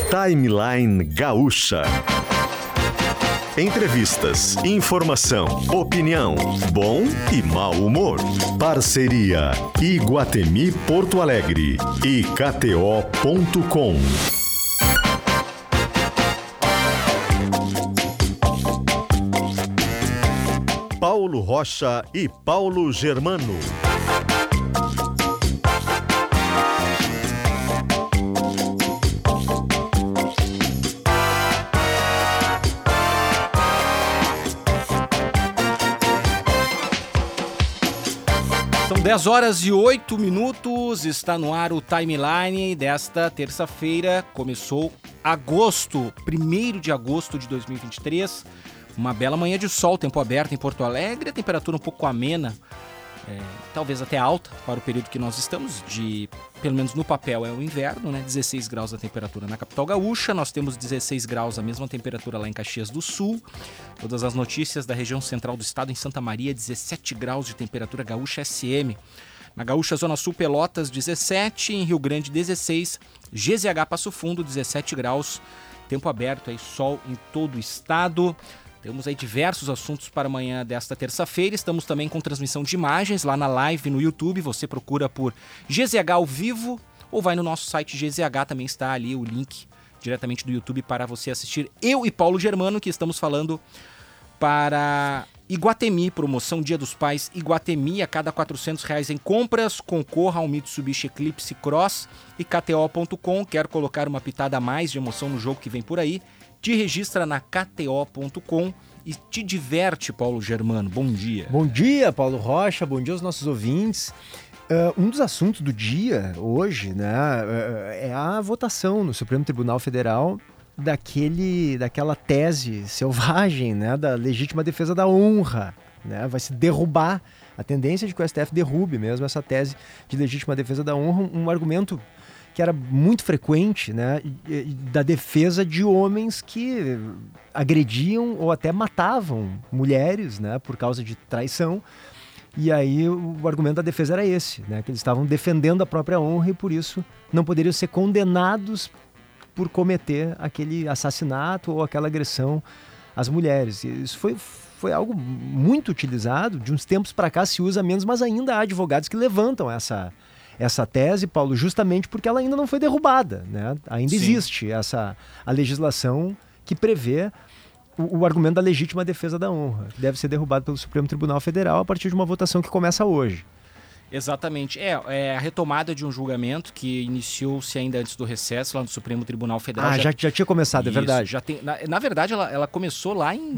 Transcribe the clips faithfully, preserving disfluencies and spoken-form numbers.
Timeline Gaúcha. Entrevistas, informação, opinião, bom e mau humor. Parceria Iguatemi Porto Alegre e K T O ponto com. Paulo Rocha e Paulo Germano. São dez horas e oito minutos, está no ar o Timeline desta terça-feira. Começou agosto, primeiro de agosto de dois mil e vinte e três. Uma bela manhã de sol, tempo aberto em Porto Alegre, a temperatura um pouco amena, é, talvez até alta para o período que nós estamos, de, pelo menos no papel é o inverno, né? dezesseis graus a temperatura na capital gaúcha, nós temos dezesseis graus a mesma temperatura lá em Caxias do Sul. Todas as notícias da região central do estado, em Santa Maria, dezessete graus de temperatura gaúcha S M. Na Gaúcha Zona Sul, Pelotas, dezessete, em Rio Grande, dezesseis, G Z H Passo Fundo, dezessete graus, tempo aberto, aí, sol em todo o estado. Temos aí diversos assuntos para amanhã desta terça-feira. Estamos também com transmissão de imagens lá na live no YouTube. Você procura por G Z H ao vivo ou vai no nosso site G Z H, também está ali o link diretamente do YouTube para você assistir. Eu e Paulo Germano, que estamos falando para Iguatemi, promoção Dia dos Pais Iguatemi, a cada quatrocentos reais em compras, concorra ao Mitsubishi Eclipse Cross e K T O ponto com. Quer colocar uma pitada a mais de emoção no jogo que vem por aí? Te registra na K T O ponto com e te diverte, Paulo Germano. Bom dia. Bom dia, Paulo Rocha. Bom dia aos nossos ouvintes. Uh, um dos assuntos do dia hoje, né, uh, é a votação no Supremo Tribunal Federal daquele, daquela tese selvagem, né, da legítima defesa da honra. Né? Vai se derrubar, a tendência de que o S T F derrube mesmo essa tese de legítima defesa da honra, um, um argumento que era muito frequente, né, da defesa de homens que agrediam ou até matavam mulheres, né, por causa de traição. E aí o argumento da defesa era esse, né, que eles estavam defendendo a própria honra e por isso não poderiam ser condenados por cometer aquele assassinato ou aquela agressão às mulheres. E isso foi, foi algo muito utilizado, de uns tempos para cá se usa menos, mas ainda há advogados que levantam essa essa tese, Paulo, justamente porque ela ainda não foi derrubada, né? Ainda Sim. existe essa, a legislação que prevê o, o argumento da legítima defesa da honra, que deve ser derrubado pelo Supremo Tribunal Federal a partir de uma votação que começa hoje. Exatamente. É, é a retomada de um julgamento que iniciou-se ainda antes do recesso lá no Supremo Tribunal Federal. Ah, já, já, já tinha começado, Isso, é verdade. Já tem, na, na verdade, ela, ela começou lá em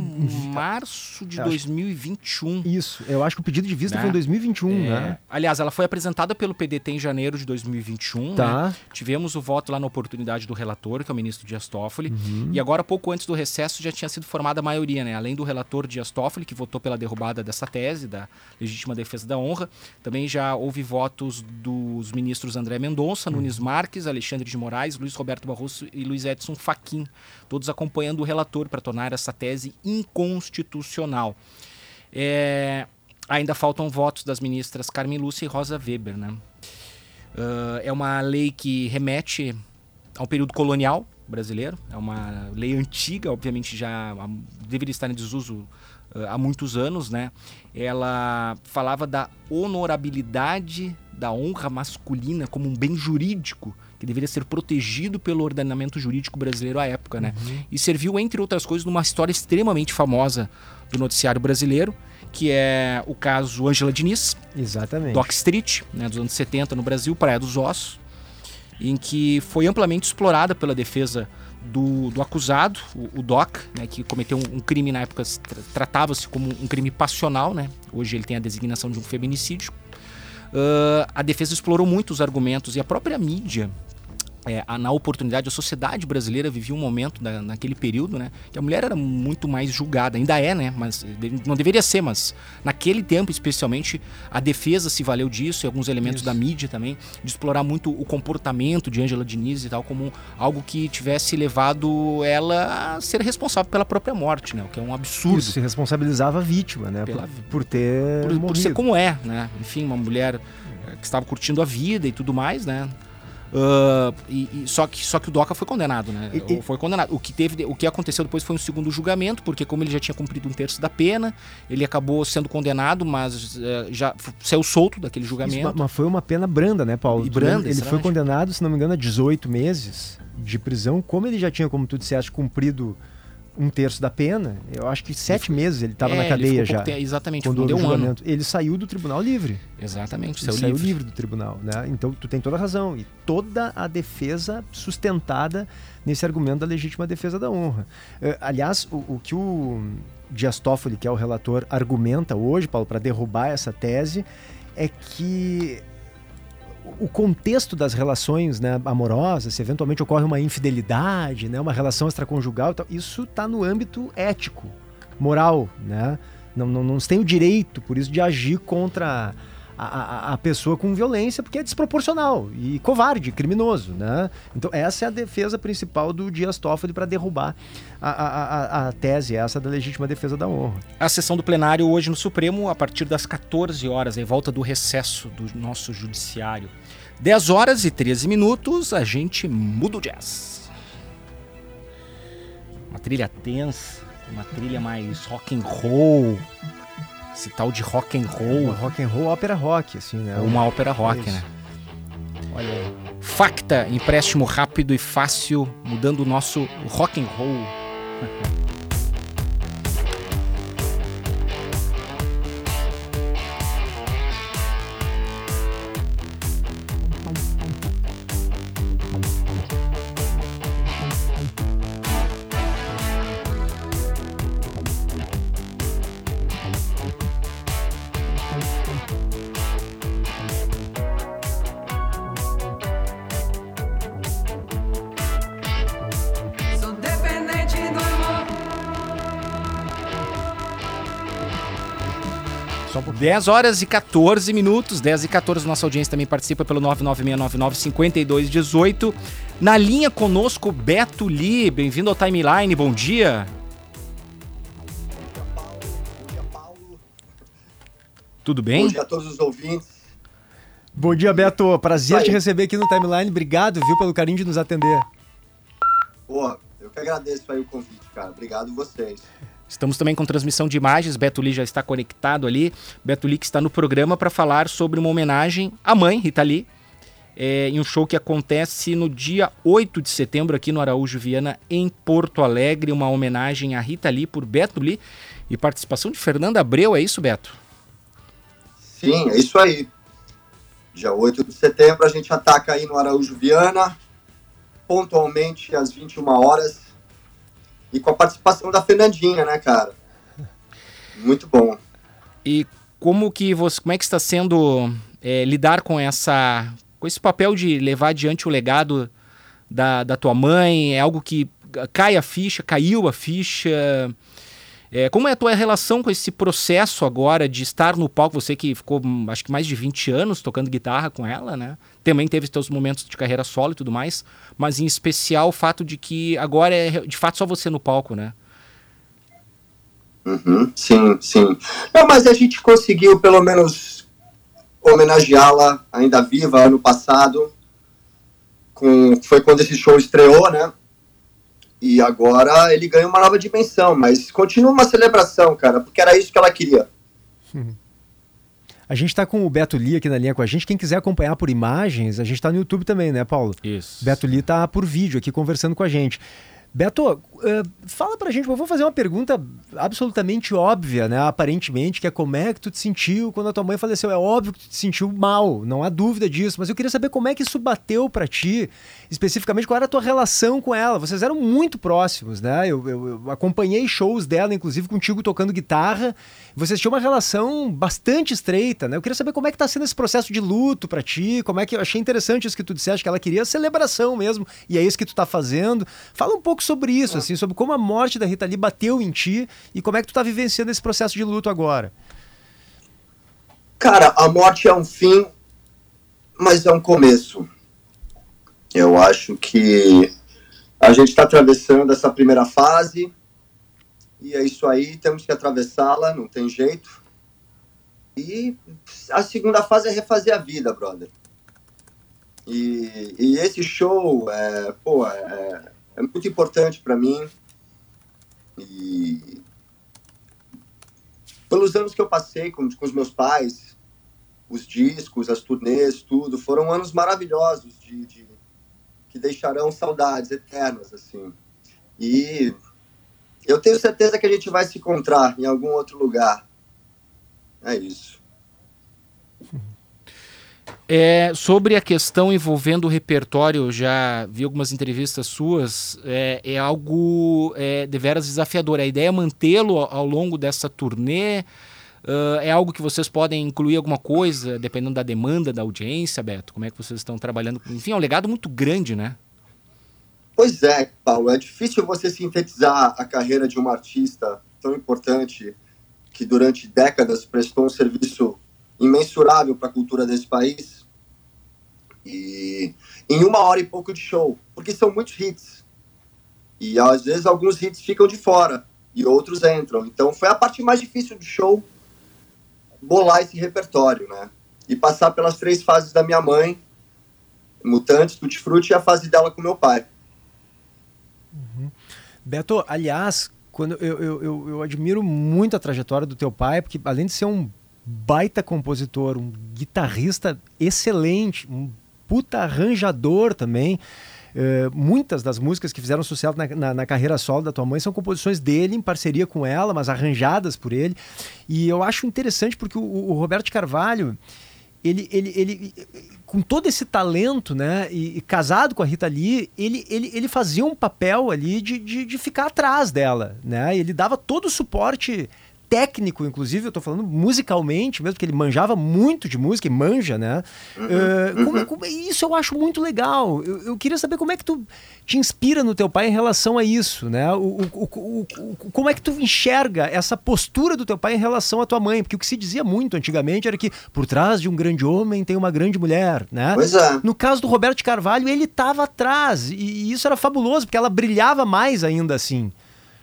março de dois mil e vinte e um. Isso, eu acho que o pedido de vista né? foi em dois mil e vinte e um, é. né? Aliás, ela foi apresentada pelo P D T em janeiro de dois mil e vinte e um. Tá. Né? Tivemos o voto lá na oportunidade do relator, que é o ministro Dias Toffoli. Uhum. E agora, pouco antes do recesso, já tinha sido formada a maioria, né? Além do relator Dias Toffoli, que votou pela derrubada dessa tese, da legítima defesa da honra, também já houve votos dos ministros André Mendonça, uhum. Nunes Marques, Alexandre de Moraes, Luiz Roberto Barroso e Luiz Edson Fachin, todos acompanhando o relator para tornar essa tese inconstitucional. É, ainda faltam votos das ministras Carmen Lúcia e Rosa Weber. Né? Uh, é uma lei que remete ao período colonial brasileiro, é uma lei antiga, obviamente já deveria estar em desuso uh, há muitos anos, né? Ela falava da honorabilidade da honra masculina como um bem jurídico que deveria ser protegido pelo ordenamento jurídico brasileiro à época, né? Uhum. E serviu, entre outras coisas, numa história extremamente famosa do noticiário brasileiro, que é o caso Ângela Diniz, Exatamente. Dock Street, né, dos anos setenta no Brasil, Praia dos Ossos, em que foi amplamente explorada pela defesa do, do acusado, o, o Doc, né, que cometeu um, um crime na época, tra- tratava-se como um crime passional, né? Hoje ele tem a designação de um feminicídio. Uh, a defesa explorou muito os argumentos e a própria mídia, é, a, na oportunidade, a sociedade brasileira vivia um momento da, naquele período, né, que a mulher era muito mais julgada, ainda é, né, mas não deveria ser, mas naquele tempo especialmente a defesa se valeu disso e alguns elementos Isso. da mídia também, de explorar muito o comportamento de Ângela Diniz e tal, como algo que tivesse levado ela a ser responsável pela própria morte, né, o que é um absurdo. Isso, se responsabilizava a vítima, né, Pela, por, por ter por, por ser como é, né, enfim, uma mulher que estava curtindo a vida e tudo mais, né. Uh, e, e, só, que, só que o Doca foi condenado, né? E, e... Foi condenado. O que, teve, o que aconteceu depois foi um segundo julgamento, porque como ele já tinha cumprido um terço da pena, ele acabou sendo condenado, mas uh, já saiu solto daquele julgamento. Isso, mas foi uma pena branda, né, Paulo? E branda, ele foi condenado, se não me engano, a dezoito meses de prisão. Como ele já tinha, como tu disseste, cumprido um terço da pena, eu acho que sete ele, meses ele estava é, na cadeia já. Te... Exatamente, quando deu um ano. Ele saiu do tribunal livre. Exatamente, ele saiu, saiu livre. livre do tribunal, né? Então tu tem toda a razão. E toda a defesa sustentada nesse argumento da legítima defesa da honra. Uh, aliás, o, o que o Dias Toffoli, que é o relator, argumenta hoje, Paulo, para derrubar essa tese, é que o contexto das relações, né, amorosas, se eventualmente ocorre uma infidelidade, né, uma relação extraconjugal, isso está no âmbito ético, moral, né? Não, não, não se tem o direito, por isso, de agir contra a, a, a pessoa com violência, porque é desproporcional e covarde, criminoso, né? Então essa é a defesa principal do Dias Toffoli para derrubar a, a, a, a tese, essa da legítima defesa da honra. A sessão do plenário hoje no Supremo, a partir das quatorze horas, em volta do recesso do nosso judiciário. dez horas e treze minutos, a gente muda o jazz. Uma trilha tensa, uma trilha mais rock and roll. Esse tal de rock and roll. Uma rock and roll, ópera rock, assim, né? Ou uma ópera rock, Isso. né? Olha aí. Facta, empréstimo rápido e fácil, mudando o nosso rock and roll. dez horas e quatorze minutos, dez e quatorze, nossa audiência também participa pelo nove nove seis nove nove cinco dois um oito. Na linha conosco, Beto Lee, bem-vindo ao Timeline, bom dia. Bom dia, Paulo. Bom dia, Paulo. Tudo bem? Bom dia a todos os ouvintes. Bom dia, Beto, prazer te receber aqui no Timeline, obrigado, viu, pelo carinho de nos atender. Porra, eu que agradeço aí o convite, cara, obrigado vocês. Estamos também com transmissão de imagens, Beto Lee já está conectado ali. Beto Lee que está no programa para falar sobre uma homenagem à mãe, Rita Lee, é, em um show que acontece no dia oito de setembro aqui no Araújo Viana, em Porto Alegre. Uma homenagem à Rita Lee por Beto Lee e participação de Fernanda Abreu, é isso, Beto? Sim, é isso aí. Dia oito de setembro a gente ataca aí no Araújo Viana, pontualmente às vinte e uma horas. E com a participação da Fernandinha, né, cara? Muito bom. E como que você, como é que está sendo é, lidar com essa, com esse papel de levar adiante o legado da, da tua mãe? É algo que cai a ficha, caiu a ficha? É, como é a tua relação com esse processo agora de estar no palco? Você que ficou, acho que mais de vinte anos tocando guitarra com ela, né? Também teve seus momentos de carreira solo e tudo mais, mas em especial o fato de que agora é de fato só você no palco, né? Uhum, sim, sim. Não, mas a gente conseguiu pelo menos homenageá-la ainda viva ano passado, com, foi quando esse show estreou, né? E agora ele ganha uma nova dimensão, mas continua uma celebração, cara, porque era isso que ela queria. Uhum. A gente está com o Beto Lee aqui na linha com a gente. Quem quiser acompanhar por imagens, a gente está no YouTube também, né, Paulo? Isso. Beto Lee está por vídeo aqui conversando com a gente. Beto, uh, fala pra gente, eu vou fazer uma pergunta absolutamente óbvia, né, aparentemente, que é como é que tu te sentiu quando a tua mãe faleceu. É óbvio que tu te sentiu mal, não há dúvida disso, mas eu queria saber como é que isso bateu pra ti, especificamente qual era a tua relação com ela. Vocês eram muito próximos, né, eu, eu, eu acompanhei shows dela, inclusive contigo tocando guitarra, vocês tinham uma relação bastante estreita, né, eu queria saber como é que tá sendo esse processo de luto pra ti, como é que, eu achei interessante isso que tu disseste, que ela queria celebração mesmo, e é isso que tu tá fazendo. Fala um pouco sobre isso, assim, sobre como a morte da Rita Lee bateu em ti e como é que tu tá vivenciando esse processo de luto agora. Cara, a morte é um fim, mas é um começo. Eu acho que a gente está atravessando essa primeira fase e é isso aí, temos que atravessá-la, não tem jeito. E a segunda fase é refazer a vida, brother. E, e esse show, é, pô, é, é muito importante para mim. E pelos anos que eu passei com, com os meus pais, os discos, as turnês, tudo, foram anos maravilhosos de, de, que deixarão saudades eternas, assim. E eu tenho certeza que a gente vai se encontrar em algum outro lugar. É isso. É, sobre a questão envolvendo o repertório, eu já vi algumas entrevistas suas, é, é algo é, deveras desafiador. A ideia é mantê-lo ao longo dessa turnê. Uh, é algo que vocês podem incluir alguma coisa, dependendo da demanda da audiência, Beto? Como é que vocês estão trabalhando? Enfim, é um legado muito grande, né? Pois é, Paulo. É difícil você sintetizar a carreira de um artista tão importante que durante décadas prestou um serviço imensurável para a cultura desse país e em uma hora e pouco de show, porque são muitos hits. E às vezes alguns hits ficam de fora e outros entram. Então foi a parte mais difícil do show, bolar esse repertório, né? E passar pelas três fases da minha mãe, Mutantes, Tutti Frutti, e a fase dela com meu pai. Uhum. Beto, aliás, quando eu, eu, eu, eu admiro muito a trajetória do teu pai, porque além de ser um baita compositor, um guitarrista excelente, um puta arranjador também, Uh, muitas das músicas que fizeram sucesso na, na, na carreira solo da tua mãe são composições dele, em parceria com ela, mas arranjadas por ele. E eu acho interessante porque o, o Roberto Carvalho, ele, ele, ele, com todo esse talento, né, e, e casado com a Rita Lee, ele, ele, ele fazia um papel ali de, de, de ficar atrás dela, né? Ele dava todo o suporte técnico, inclusive, eu tô falando musicalmente mesmo, porque ele manjava muito de música, e manja, né? Uhum, uh, como, como, isso eu acho muito legal. Eu, eu queria saber como é que tu te inspira no teu pai em relação a isso, né? O, o, o, o, como é que tu enxerga essa postura do teu pai em relação à tua mãe? Porque o que se dizia muito antigamente era que por trás de um grande homem tem uma grande mulher, né? Pois é. No caso do Roberto Carvalho, ele estava atrás, e, e isso era fabuloso, porque ela brilhava mais ainda assim.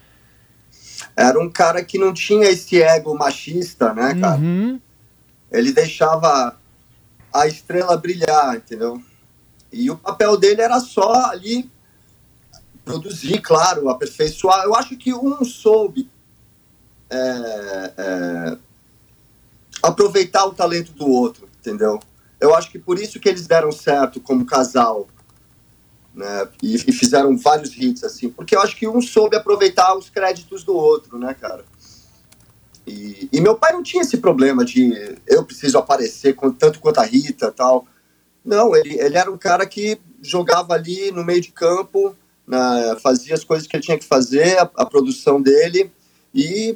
Era um cara que não tinha esse ego machista, né, cara? Uhum. Ele deixava a estrela brilhar, entendeu? E o papel dele era só ali produzir, claro, aperfeiçoar. Eu acho que um soube é, é, aproveitar o talento do outro, entendeu? Eu acho que por isso que eles deram certo como casal, né? E, e fizeram vários hits, assim, porque eu acho que um soube aproveitar os créditos do outro, né, cara? E, e meu pai não tinha esse problema de eu preciso aparecer com, tanto quanto a Rita e tal. Não, ele, ele era um cara que jogava ali no meio de campo, na, fazia as coisas que ele tinha que fazer, a, a produção dele, e,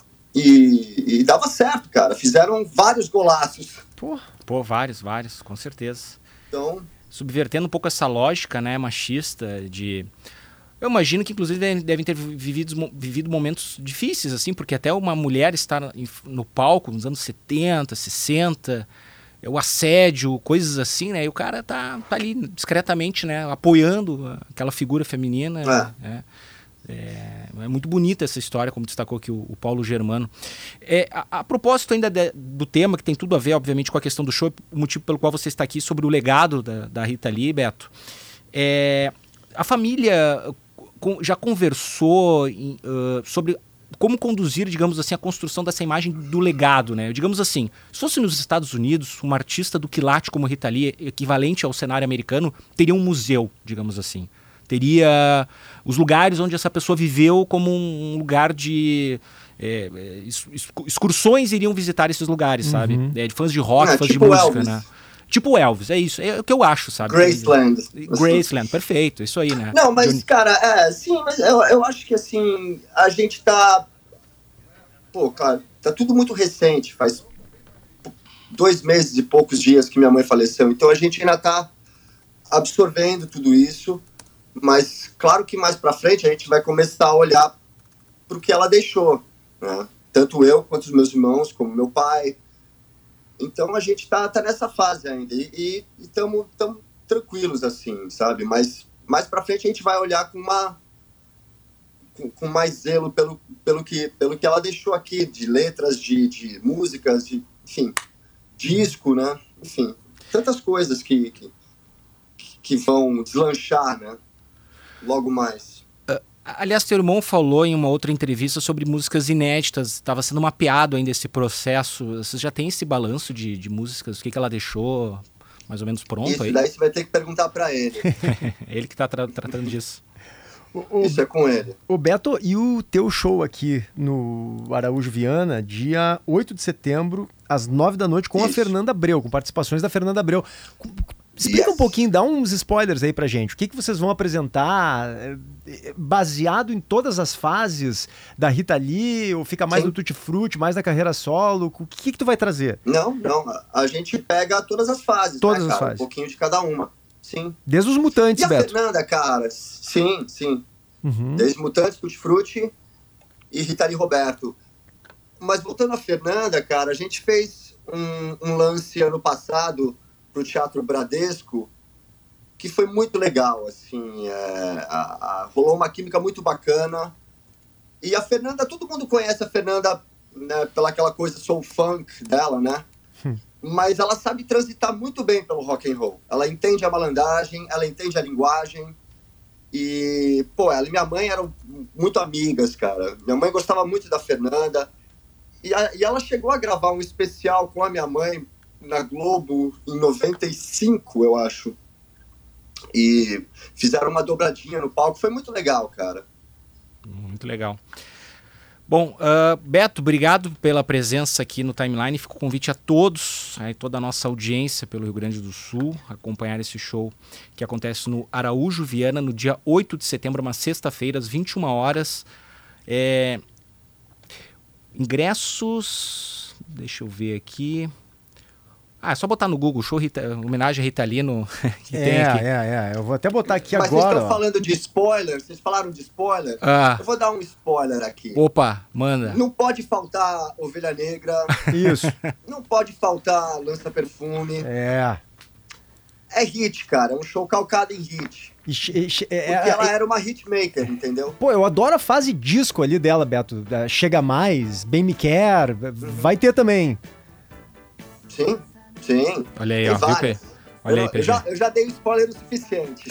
e, e dava certo, cara. Fizeram vários golaços. Pô, pô, vários, vários, com certeza. Então... subvertendo um pouco essa lógica, né, machista de... Eu imagino que, inclusive, devem ter vivido, vivido momentos difíceis, assim, porque até uma mulher estar no palco nos anos setenta, sessenta, o assédio, coisas assim, né, e o cara tá, tá ali discretamente, né, apoiando aquela figura feminina, é. né. É, é muito bonita essa história, como destacou aqui o, o Paulo Germano. É, a, a propósito ainda de, do tema, que tem tudo a ver, obviamente, com a questão do show, o motivo pelo qual você está aqui, sobre o legado da, da Rita Lee, Beto. É, a família com, já conversou em, uh, sobre como conduzir, digamos assim, a construção dessa imagem do legado, né? Digamos assim, se fosse nos Estados Unidos, uma artista do quilate como Rita Lee, equivalente ao cenário americano, teria um museu, digamos assim. Teria os lugares onde essa pessoa viveu como um lugar de... É, excursões iriam visitar esses lugares, uhum. sabe? É, de fãs de rock, é, fãs tipo de música, Elvis. né? Tipo Elvis, é isso. É o que eu acho, sabe? Graceland. Graceland, perfeito. Isso aí, né? Não, mas, Johnny... cara, é, sim, mas eu, eu acho que, assim, a gente tá... Pô, cara, tá tudo muito recente. Faz dois meses e poucos dias que minha mãe faleceu. Então a gente ainda tá absorvendo tudo isso. Mas, claro que mais pra frente a gente vai começar a olhar pro que ela deixou, né? Tanto eu, quanto os meus irmãos, como meu pai. Então a gente tá, tá nessa fase ainda. E estamos tranquilos, assim, sabe? Mas mais pra frente a gente vai olhar com uma... Com, com mais zelo pelo, pelo, que, pelo que ela deixou aqui, de letras, de, de músicas, de, enfim, disco, né? Enfim, tantas coisas que... que que vão deslanchar, né? Logo mais. Aliás, teu irmão falou em uma outra entrevista sobre músicas inéditas, estava sendo mapeado ainda esse processo. Você já tem esse balanço de, de músicas, o que, que ela deixou mais ou menos pronto Isso aí? daí você vai ter que perguntar para ele. Ele que está tra- tratando disso. O, Isso é com ele. o Beto, e o teu show aqui no Araújo Viana, dia oito de setembro, às nove da noite, com Isso. a Fernanda Abreu, com participações da Fernanda Abreu. Explica Yes. um pouquinho, dá uns spoilers aí pra gente. O que, que vocês vão apresentar, baseado em todas as fases da Rita Lee, ou fica mais Sim. no Tutti Frutti, mais na carreira solo? O que, que tu vai trazer? Não, não. A gente pega todas as fases, Todas né, as cara? fases. Um pouquinho de cada uma. Sim. Desde os Mutantes, E a Beto. Fernanda, cara? Sim, sim. Uhum. Desde Mutantes, Tutti Frutti e Rita Lee Roberto. Mas voltando à Fernanda, cara, a gente fez um, um lance ano passado pro Teatro Bradesco que foi muito legal, assim, é, a, a, rolou uma química muito bacana. E a Fernanda, todo mundo conhece a Fernanda, né, pela aquela coisa soul funk dela, né? Hum. Mas ela sabe transitar muito bem pelo rock and roll. Ela entende a malandragem, ela entende a linguagem. E, pô, ela e minha mãe eram muito amigas, cara. Minha mãe gostava muito da Fernanda. E, a, e ela chegou a gravar um especial com a minha mãe na Globo em noventa e cinco, eu acho. E fizeram uma dobradinha no palco. Foi muito legal, cara. Muito legal. Bom, uh, Beto, obrigado pela presença aqui no Timeline. Fica o convite a todos, aí, toda a nossa audiência pelo Rio Grande do Sul, acompanhar esse show que acontece no Araújo Viana no dia oito de setembro, uma sexta-feira, às vinte e uma horas. É... Ingressos... Deixa eu ver aqui... Ah, é só botar no Google, show Rita, homenagem a Rita Lee no, que é, tem aqui. é, é. Eu vou até botar aqui Mas agora. vocês estão Ó. falando de spoiler? Vocês falaram de spoiler? Ah, Eu vou dar um spoiler aqui. opa, manda. Não pode faltar Ovelha Negra, Isso. não pode faltar Lança Perfume. É. É hit, cara, é um show calcado em hit. E che- e che- é- Porque é- ela era uma hitmaker, entendeu? Pô, eu adoro a fase disco ali dela, Beto. É, Chega Mais, Bem Me Quer. Vai ter também. Sim, sim. Olha aí, Tem ó. Viu, várias. P? Olha aí, eu, P eu, G. já, eu já dei spoiler o suficiente.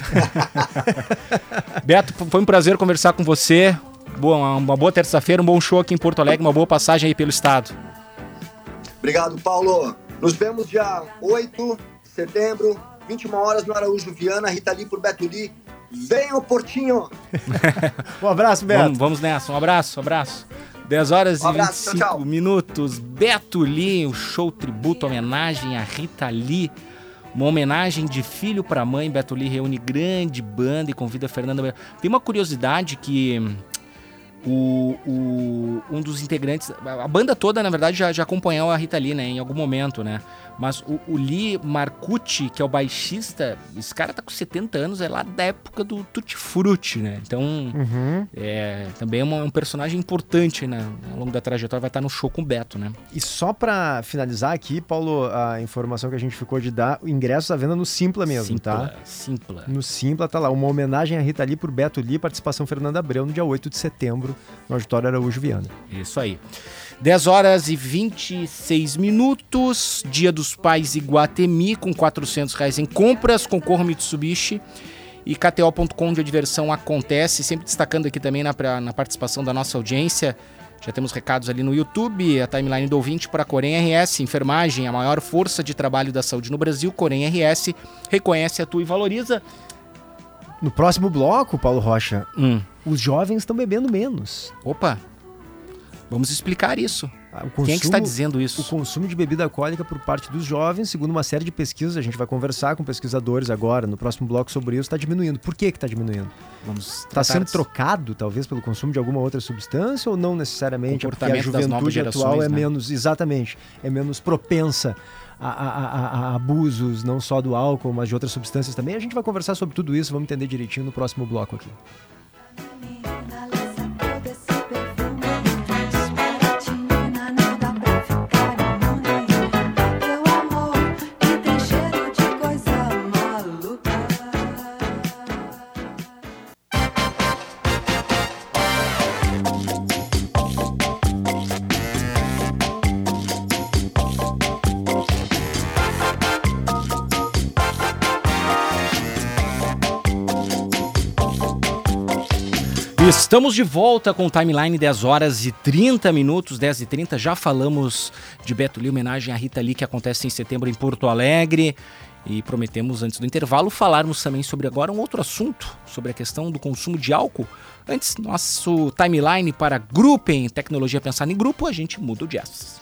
Beto, foi um prazer conversar com você. Boa, uma boa terça-feira, um bom show aqui em Porto Alegre, uma boa passagem aí pelo estado. Obrigado, Paulo. Nos vemos dia oito de setembro, vinte e uma horas no Araújo Viana, Rita Lee por Beto Lee. Venha, Portinho! Um abraço, Beto. Vamos, vamos nessa, um abraço, um abraço. dez horas Um e abraço, vinte e cinco tchau, tchau. minutos. Beto Lee, o show tributo, homenagem a Rita Lee. Uma homenagem de filho para mãe. Beto Lee reúne grande banda e convida a Fernanda. Tem uma curiosidade que o, o, um dos integrantes... A banda toda, na verdade, já, já acompanhou a Rita Lee, né? Em algum momento, né? Mas o, o Lee Marcucci, que é o baixista, esse cara tá com setenta anos, é lá da época do Tutti Frutti, né? Então, Uhum. é, também é uma- um personagem importante, né? Ao longo da trajetória vai estar no show com o Beto, né? E só pra finalizar aqui, Paulo, a informação que a gente ficou de dar, o ingresso à venda no Simpla mesmo, Simpla, tá? Simpla. No Simpla tá lá, uma homenagem a Rita Lee por Beto Lee, participação Fernanda Abreu, no dia oito de setembro, no Auditório Araújo Viana. Isso aí. dez horas e vinte e seis minutos, Dia dos Pais Iguatemi, com quatrocentos reais em compras, concorra Mitsubishi. E K T O ponto com, onde a diversão acontece, sempre destacando aqui também na, pra- na participação da nossa audiência. Já temos recados ali no YouTube, a timeline do ouvinte para a Corém R S, enfermagem, a maior força de trabalho da saúde no Brasil. Corém R S reconhece, atua e valoriza. No próximo bloco, Paulo Rocha, Hum. os jovens estão bebendo menos. Opa, vamos explicar isso. Ah, o Quem é que está consumo- dizendo O isso? consumo de bebida alcoólica por parte dos jovens, segundo uma série de pesquisas, a gente vai conversar com pesquisadores agora, no próximo bloco sobre isso, está diminuindo. Por que que está diminuindo? Vamos Está tratar sendo disso. trocado, talvez, pelo consumo de alguma outra substância ou não necessariamente? É porque a Comportamento das novas juventude atual gerações, é né? menos, exatamente, é menos propensa a, a- a- a abusos, não só do álcool, mas de outras substâncias também. A gente vai conversar sobre tudo isso, vamos entender direitinho no próximo bloco aqui. Estamos de volta com o Timeline, dez horas e trinta minutos, dez e trinta. Já falamos de Beto Lee, homenagem à Rita Lee, que acontece em setembro em Porto Alegre. E prometemos, antes do intervalo, falarmos também sobre agora um outro assunto, sobre a questão do consumo de álcool. Antes, nosso Timeline para Gruppen, tecnologia pensada em grupo, a gente muda o jazz.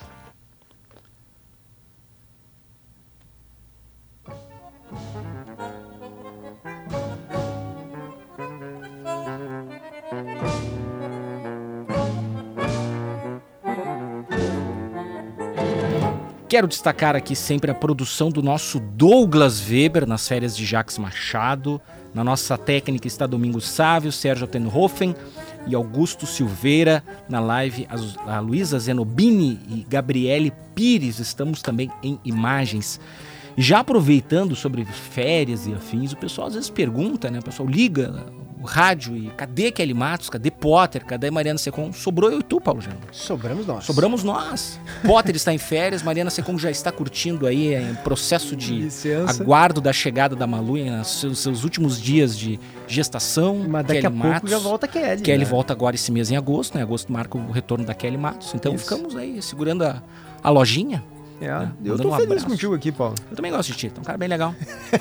Quero destacar aqui sempre a produção do nosso Douglas Weber nas férias de Jacques Machado. Na nossa técnica está Domingos Sávio, Sérgio Tenhofen e Augusto Silveira. Na live, a Luísa Zenobini e Gabriele Pires. Estamos também em imagens. Já aproveitando sobre férias e afins, o pessoal às vezes pergunta, né? O pessoal liga o rádio e cadê Kelly Matos, cadê Potter, cadê Mariana Secom? Sobrou eu e tu, Paulo Jano. Sobramos nós. Sobramos nós. Potter está em férias, Mariana Secom já está curtindo aí em processo de Licença. aguardo da chegada da Malu nos seus, seus últimos dias de gestação. Mas daqui Kelly a pouco Matos. já volta a Kelly. Kelly né? volta agora esse mês em agosto, né? Agosto marca o retorno da Kelly Matos. Então Isso. ficamos aí segurando a, a lojinha. É, É, eu tô mandando um feliz abraço. contigo aqui, Paulo. Eu também gosto de ti, tu é um cara bem legal.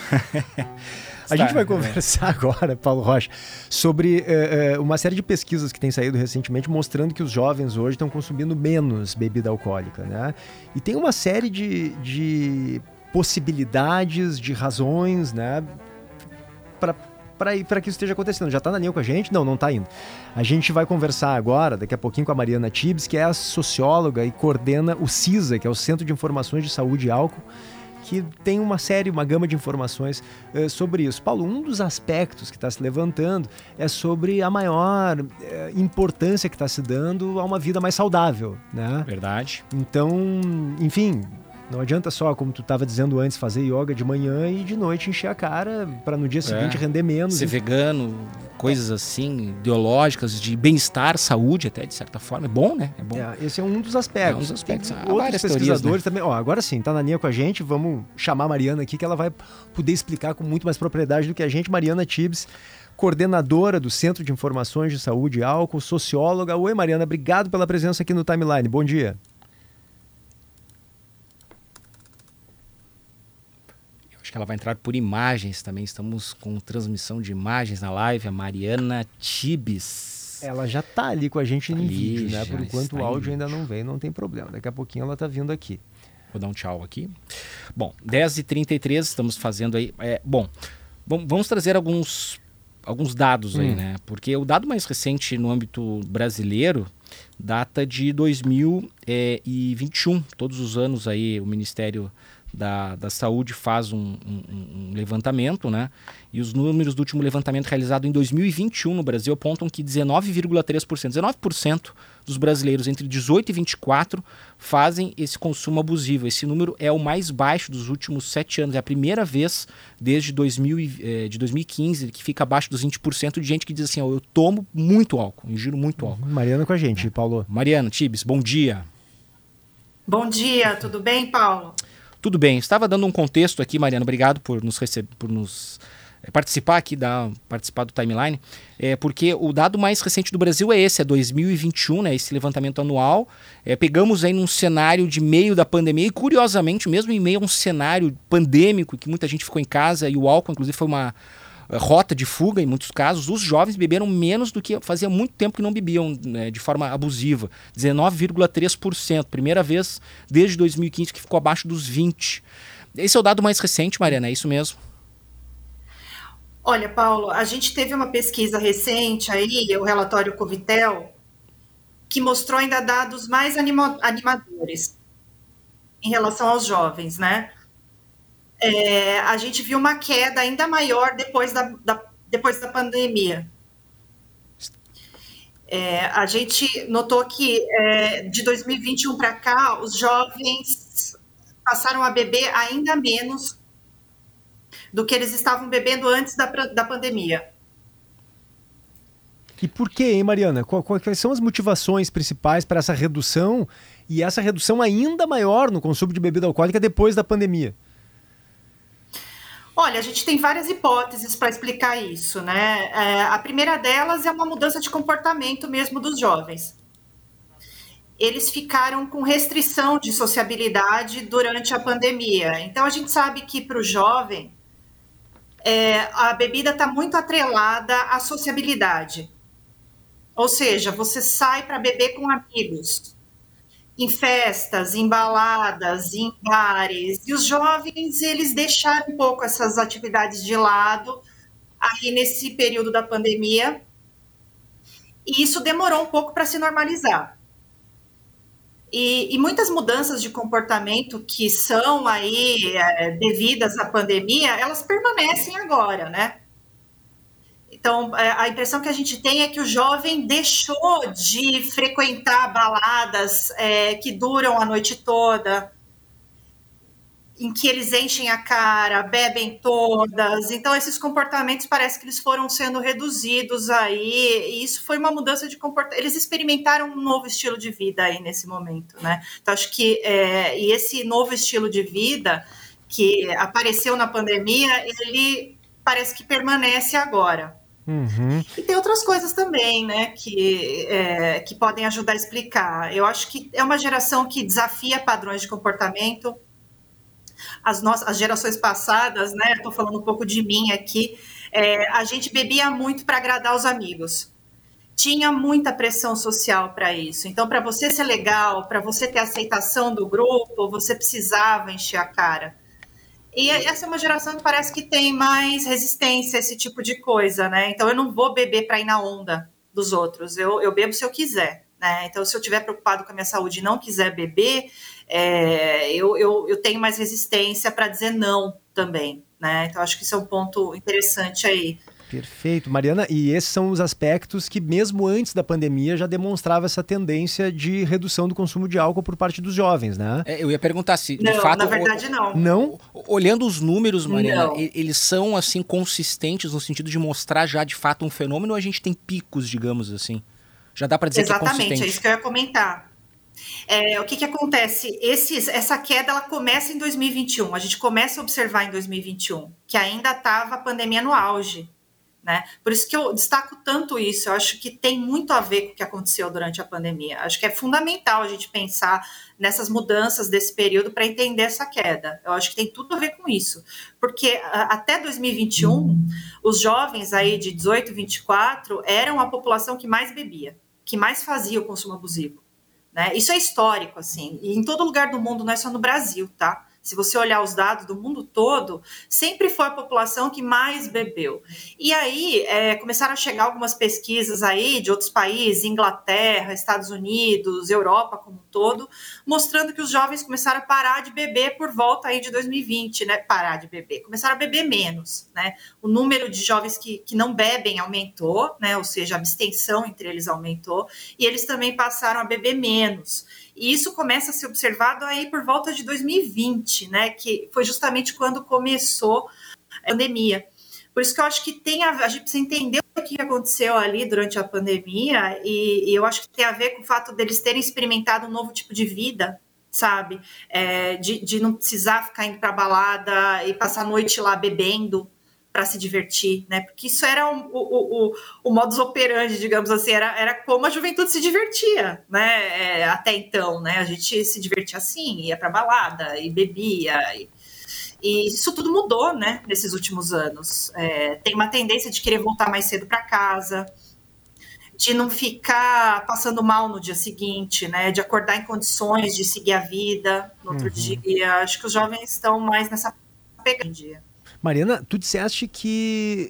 A gente vai conversar agora, Paulo Rocha, sobre eh, eh, uma série de pesquisas que têm saído recentemente mostrando que os jovens hoje estão consumindo menos bebida alcoólica, né? E tem uma série de, de possibilidades, de razões, né, para para que isso esteja acontecendo. Já está na linha com a gente? Não, não está indo. A gente vai conversar agora, daqui a pouquinho, com a Mariana Tibes, que é a socióloga e coordena o CISA, que é o Centro de Informações de Saúde e Álcool, que tem uma série, uma gama de informações uh, sobre isso. Paulo, um dos aspectos que está se levantando é sobre a maior uh, importância que está se dando a uma vida mais saudável, né? Verdade. Então, enfim, não adianta só, como tu estava dizendo antes, fazer yoga de manhã e de noite encher a cara para no dia seguinte É. render menos. Ser vegano, coisas assim, ideológicas, de bem-estar, saúde até, de certa forma. É bom, né? É bom. É, esse é um dos aspectos. É um dos aspectos. Tem Há outros várias pesquisadores teorias, né? também. Ó, agora sim, tá na linha com a gente. Vamos chamar a Mariana aqui, que ela vai poder explicar com muito mais propriedade do que a gente. Mariana Tibes, coordenadora do Centro de Informações de Saúde e Álcool, socióloga. Oi, Mariana, obrigado pela presença aqui no Timeline. Bom dia. Acho que ela vai entrar por imagens também. Estamos com transmissão de imagens na live. A Mariana Tibes. Ela já tá ali com a gente em Ali, vídeo, né? já Por enquanto está o em áudio ainda vídeo. não vem, não tem problema. Daqui a pouquinho ela tá vindo aqui. Vou dar um tchau aqui. Bom, dez e trinta e três, estamos fazendo aí... É, bom, vam- vamos trazer alguns, alguns dados aí, Hum. né? Porque o dado mais recente no âmbito brasileiro data de dois mil e vinte e um. Todos os anos aí o Ministério da, da Saúde faz um, um, um levantamento, né? E os números do último levantamento realizado em dois mil e vinte e um no Brasil apontam que dezenove vírgula três por cento, dezenove por cento dos brasileiros entre dezoito e vinte e quatro fazem esse consumo abusivo. Esse número é o mais baixo dos últimos sete anos. É a primeira vez desde dois mil, eh, de dois mil e quinze que fica abaixo dos vinte por cento de gente que diz assim, ó, eu tomo muito álcool, ingiro muito álcool. Mariana com a gente, Paulo. Mariana Tibes, bom dia. Bom dia, tudo bem, Paulo? Tudo bem, estava dando um contexto aqui, Mariana, obrigado por nos receber, por nos é, participar aqui, da, participar do Timeline, é, porque o dado mais recente do Brasil é esse, é dois mil e vinte e um, né, esse levantamento anual. É, pegamos aí num cenário de meio da pandemia e, curiosamente, mesmo em meio a um cenário pandêmico, que muita gente ficou em casa e o álcool, inclusive, foi uma rota de fuga em muitos casos, os jovens beberam menos do que fazia muito tempo que não bebiam, né, de forma abusiva. dezenove vírgula três por cento, primeira vez desde dois mil e quinze que ficou abaixo dos vinte por cento. Esse é o dado mais recente, Mariana, é isso mesmo? Olha, Paulo, a gente teve uma pesquisa recente aí, o relatório Covitel, que mostrou ainda dados mais anima- animadores em relação aos jovens, né? É, a gente viu uma queda ainda maior depois da, da, depois da pandemia. É, a gente notou que é, de dois mil e vinte e um para cá, os jovens passaram a beber ainda menos do que eles estavam bebendo antes da, da pandemia. E por quê, hein, Mariana? Qual- Quais são as motivações principais para essa redução e essa redução ainda maior no consumo de bebida alcoólica depois da pandemia? Olha, a gente tem várias hipóteses para explicar isso, né? É, a primeira delas é uma mudança de comportamento mesmo dos jovens. Eles ficaram com restrição de sociabilidade durante a pandemia. Então, a gente sabe que para o jovem, é, a bebida está muito atrelada à sociabilidade. Ou seja, você sai para beber com amigos, em festas, em baladas, em bares. E os jovens, eles deixaram um pouco essas atividades de lado aí nesse período da pandemia. E isso demorou um pouco para se normalizar. E, e muitas mudanças de comportamento que são aí é, devidas à pandemia, elas permanecem agora, né? Então, a impressão que a gente tem é que o jovem deixou de frequentar baladas é, que duram a noite toda, em que eles enchem a cara, bebem todas. Então, esses comportamentos parece que eles foram sendo reduzidos aí, e isso foi uma mudança de comportamento. Eles experimentaram um novo estilo de vida aí nesse momento, né? Então, acho que é, e esse novo estilo de vida que apareceu na pandemia, ele parece que permanece agora. Uhum. E tem outras coisas também, né, que, é, que podem ajudar a explicar. Eu acho que é uma geração que desafia padrões de comportamento. As, nossas, as gerações passadas, né, estou falando um pouco de mim aqui, é, a gente bebia muito para agradar os amigos. Tinha muita pressão social para isso. Então, para você ser legal, para você ter aceitação do grupo, você precisava encher a cara. E essa é uma geração que parece que tem mais resistência a esse tipo de coisa, né? Então, eu não vou beber para ir na onda dos outros. Eu, eu bebo se eu quiser, né? Então, se eu estiver preocupado com a minha saúde e não quiser beber, é, eu, eu, eu tenho mais resistência para dizer não também, né? Então, acho que isso é um ponto interessante aí. Perfeito, Mariana, e esses são os aspectos que mesmo antes da pandemia já demonstrava essa tendência de redução do consumo de álcool por parte dos jovens, né? É, eu ia perguntar se, de não, fato... na verdade, não. Não? Olhando os números, Mariana, Não. eles são, assim, consistentes no sentido de mostrar já, de fato, um fenômeno, ou a gente tem picos, digamos assim? Já dá para dizer Exatamente, que é consistente? é isso que eu ia comentar. É, o que, que acontece? Esses, essa queda ela começa em dois mil e vinte e um. A gente começa a observar em dois mil e vinte e um, que ainda estava a pandemia no auge. Né? Por isso que eu destaco tanto isso, eu acho que tem muito a ver com o que aconteceu durante a pandemia. Acho que é fundamental a gente pensar nessas mudanças desse período para entender essa queda. Eu acho que tem tudo a ver com isso, porque até dois mil e vinte e um, os jovens aí de dezoito a vinte e quatro eram a população que mais bebia, que mais fazia o consumo abusivo. Né? Isso é histórico, assim, e em todo lugar do mundo, não é só no Brasil, tá? Se você olhar os dados do mundo todo, sempre foi a população que mais bebeu. E aí, é, começaram a chegar algumas pesquisas aí de outros países, Inglaterra, Estados Unidos, Europa como um todo, mostrando que os jovens começaram a parar de beber por volta aí de dois mil e vinte, né? Parar de beber, começaram a beber menos, né? O número de jovens que, que não bebem aumentou, né? Ou seja, a abstenção entre eles aumentou, e eles também passaram a beber menos. E isso começa a ser observado aí por volta de dois mil e vinte, né, que foi justamente quando começou a pandemia. Por isso que eu acho que tem a, a gente precisa entender o que aconteceu ali durante a pandemia, e, e eu acho que tem a ver com o fato deles terem experimentado um novo tipo de vida, sabe? É, de, de não precisar ficar indo para balada e passar a noite lá bebendo para se divertir, né? Porque isso era o, o, o, o modus operandi, digamos assim, era, era como a juventude se divertia, né? É, até então, né? A gente se divertia assim, ia para balada e bebia, e, e isso tudo mudou, né? Nesses últimos anos. É, tem uma tendência de querer voltar mais cedo para casa, de não ficar passando mal no dia seguinte, né? De acordar em condições de seguir a vida no outro uhum. dia. Acho que os jovens estão mais nessa pegada. Mariana, tu disseste que,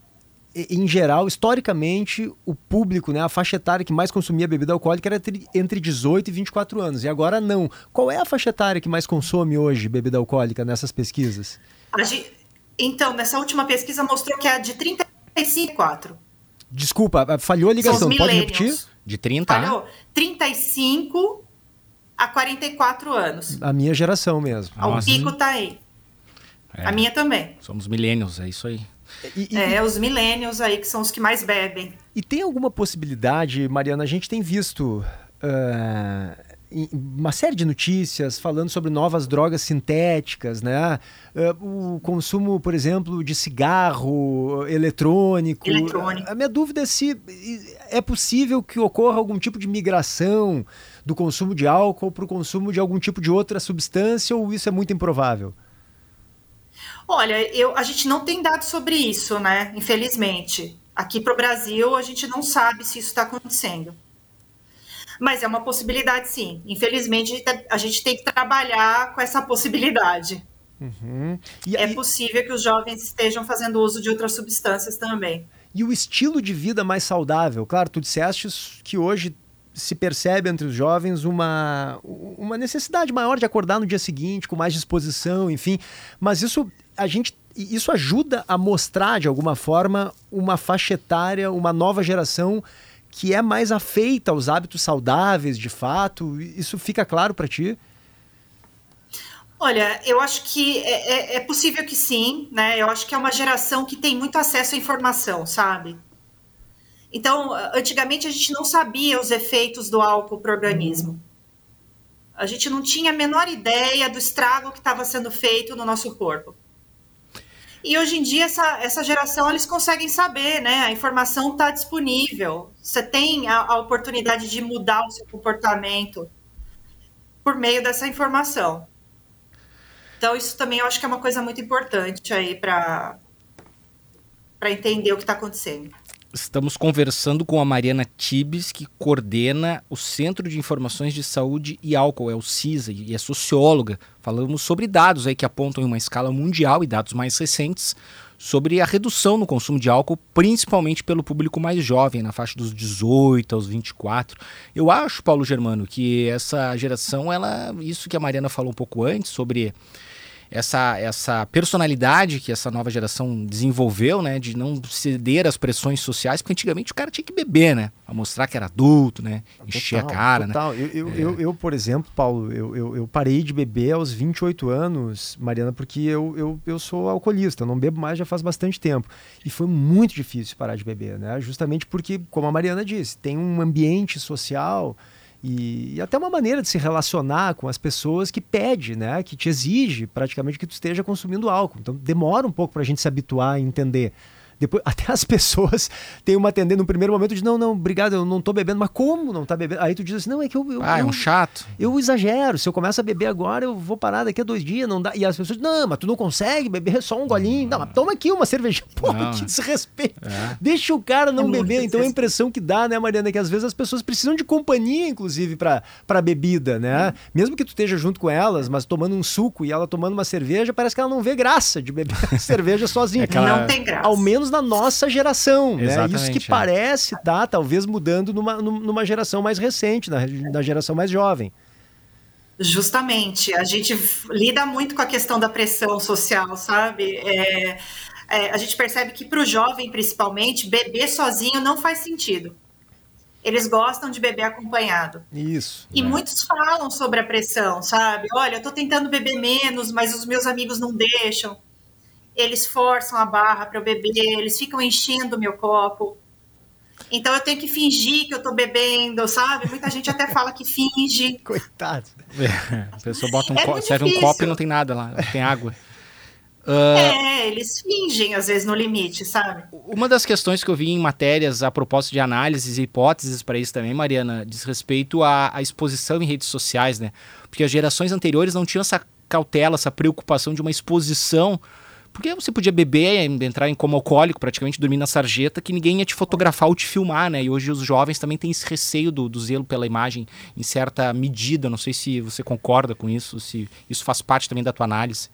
em geral, historicamente, o público, né, a faixa etária que mais consumia bebida alcoólica era entre dezoito e vinte e quatro anos, e agora não. Qual é a faixa etária que mais consome hoje bebida alcoólica nessas pesquisas? Gente, então, nessa última pesquisa mostrou que é de trinta e cinco a quatro. Desculpa, falhou a ligação, pode repetir? De trinta? Falhou. trinta e cinco a quarenta e quatro anos. A minha geração mesmo. O pico tá aí. É, a minha também. Somos millennials, é isso aí. E, e, é, os millennials aí que são os que mais bebem. E tem alguma possibilidade, Mariana, a gente tem visto uh, uma série de notícias falando sobre novas drogas sintéticas, né? O consumo, por exemplo, de cigarro eletrônico. Eletrônico. A minha dúvida é se é possível que ocorra algum tipo de migração do consumo de álcool para o consumo de algum tipo de outra substância, ou isso é muito improvável? Olha, eu, a gente não tem dados sobre isso, né? Infelizmente. Aqui para o Brasil, a gente não sabe se isso está acontecendo. Mas é uma possibilidade, sim. Infelizmente, a gente tem que trabalhar com essa possibilidade. Uhum. E, é possível que os jovens estejam fazendo uso de outras substâncias também. E o estilo de vida mais saudável? Claro, tu disseste que hoje se percebe entre os jovens uma, uma necessidade maior de acordar no dia seguinte, com mais disposição, enfim. Mas isso, a gente, isso ajuda a mostrar, de alguma forma, uma faixa etária, uma nova geração que é mais afeita aos hábitos saudáveis, de fato? Isso fica claro para ti? Olha, eu acho que é, é, é possível que sim, né? Eu acho que é uma geração que tem muito acesso à informação, sabe? Então, antigamente a gente não sabia os efeitos do álcool para o organismo. A gente não tinha a menor ideia do estrago que estava sendo feito no nosso corpo. E hoje em dia, essa, essa geração, eles conseguem saber, né? A informação está disponível. Você tem a, a oportunidade de mudar o seu comportamento por meio dessa informação. Então, isso também eu acho que é uma coisa muito importante aí para para entender o que está acontecendo. Estamos conversando com a Mariana Tibes, que coordena o Centro de Informações de Saúde e Álcool, é o CISA, e é socióloga. Falamos sobre dados aí que apontam em uma escala mundial e dados mais recentes sobre a redução no consumo de álcool, principalmente pelo público mais jovem, na faixa dos dezoito aos vinte e quatro. Eu acho, Paulo Germano, que essa geração, ela, isso que a Mariana falou um pouco antes, sobre essa, essa personalidade que essa nova geração desenvolveu, né, de não ceder às pressões sociais, porque antigamente o cara tinha que beber, né, pra mostrar que era adulto, né, encher total, a cara, total. né. Eu, eu, é. eu, eu, por exemplo, Paulo, eu, eu, eu parei de beber aos vinte e oito anos, Mariana, porque eu, eu, eu sou alcoolista, eu não bebo mais já faz bastante tempo. E foi muito difícil parar de beber, né, justamente porque, como a Mariana disse, tem um ambiente social E, e até uma maneira de se relacionar com as pessoas que pede, né? Que te exige praticamente que tu esteja consumindo álcool. Então demora um pouco para a gente se habituar e entender. Depois, até as pessoas têm uma tendência no primeiro momento de não, não, obrigado, eu não tô bebendo, mas como não tá bebendo? Aí tu diz assim, não, é que eu... eu ah, é um eu, chato. Eu exagero, se eu começo a beber agora, eu vou parar daqui a dois dias, não dá. E as pessoas, não, mas tu não consegue beber só um golinho. Não, mas toma aqui uma cerveja. Pô, não, que desrespeito. É. Deixa o cara não é beber. Então a impressão que dá, né, Mariana, é que às vezes as pessoas precisam de companhia, inclusive, pra, pra bebida, né? Hum. Mesmo que tu esteja junto com elas, mas tomando um suco e ela tomando uma cerveja, parece que ela não vê graça de beber cerveja sozinha. É aquela... Não tem graça. Ao menos na nossa geração. Né? Isso que é. parece tá talvez mudando numa, numa geração mais recente, na, na geração mais jovem. Justamente, a gente lida muito com a questão da pressão social, sabe? É, é, a gente percebe que para o jovem, principalmente, beber sozinho não faz sentido. Eles gostam de beber acompanhado. Isso. E né? muitos falam sobre a pressão, sabe? Olha, eu estou tentando beber menos, mas os meus amigos não deixam. Eles forçam a barra para eu beber, eles ficam enchendo o meu copo. Então eu tenho que fingir que eu tô bebendo, sabe? Muita gente até fala que finge. Coitado. É, a pessoa bota um é co- serve um copo e não tem nada lá, não tem água. Uh, é, eles fingem às vezes no limite, sabe? Uma das questões que eu vi em matérias a propósito de análises e hipóteses para isso também, Mariana, diz respeito à, à exposição em redes sociais, né? Porque as gerações anteriores não tinham essa cautela, essa preocupação de uma exposição. Porque você podia beber, entrar em coma alcoólico, praticamente dormir na sarjeta, que ninguém ia te fotografar ou te filmar, né? E hoje os jovens também têm esse receio do, do zelo pela imagem em certa medida. Não sei se você concorda com isso, se isso faz parte também da tua análise.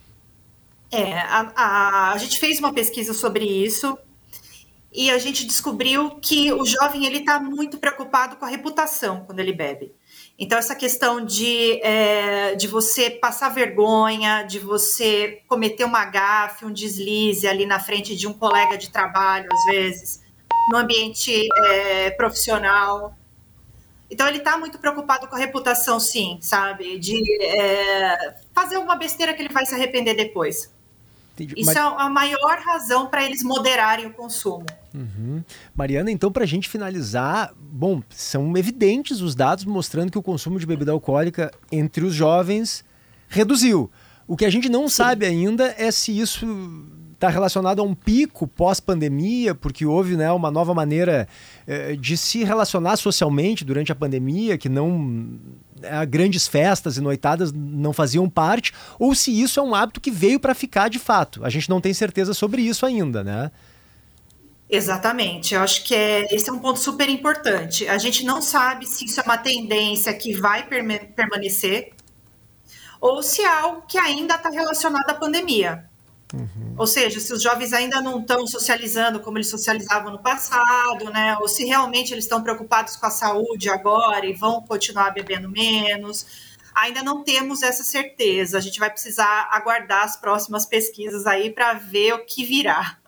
É, a, a, a gente fez uma pesquisa sobre isso e a gente descobriu que o jovem ele está muito preocupado com a reputação quando ele bebe. Então, essa questão de, é, de você passar vergonha, de você cometer uma gafe, um deslize ali na frente de um colega de trabalho, às vezes, no ambiente é, profissional. Então, ele está muito preocupado com a reputação, sim, sabe? De é, fazer alguma besteira que ele vai se arrepender depois. Entendi. Isso Mas... é a maior razão para eles moderarem o consumo. Uhum. Mariana, então, para a gente finalizar, bom, são evidentes os dados mostrando que o consumo de bebida alcoólica entre os jovens reduziu. O que a gente não Sim. sabe ainda é se isso está relacionado a um pico pós-pandemia, porque houve, né, uma nova maneira eh, de se relacionar socialmente durante a pandemia, que não eh, grandes festas e noitadas não faziam parte, ou se isso é um hábito que veio para ficar de fato. A gente não tem certeza sobre isso ainda, né? Exatamente, eu acho que é, esse é um ponto super importante. A gente não sabe se isso é uma tendência que vai perma- permanecer ou se é algo que ainda está relacionado à pandemia. Uhum. Ou seja, se os jovens ainda não estão socializando como eles socializavam no passado, né? Ou se realmente eles estão preocupados com a saúde agora e vão continuar bebendo menos. Ainda não temos essa certeza. A gente vai precisar aguardar as próximas pesquisas aí para ver o que virá.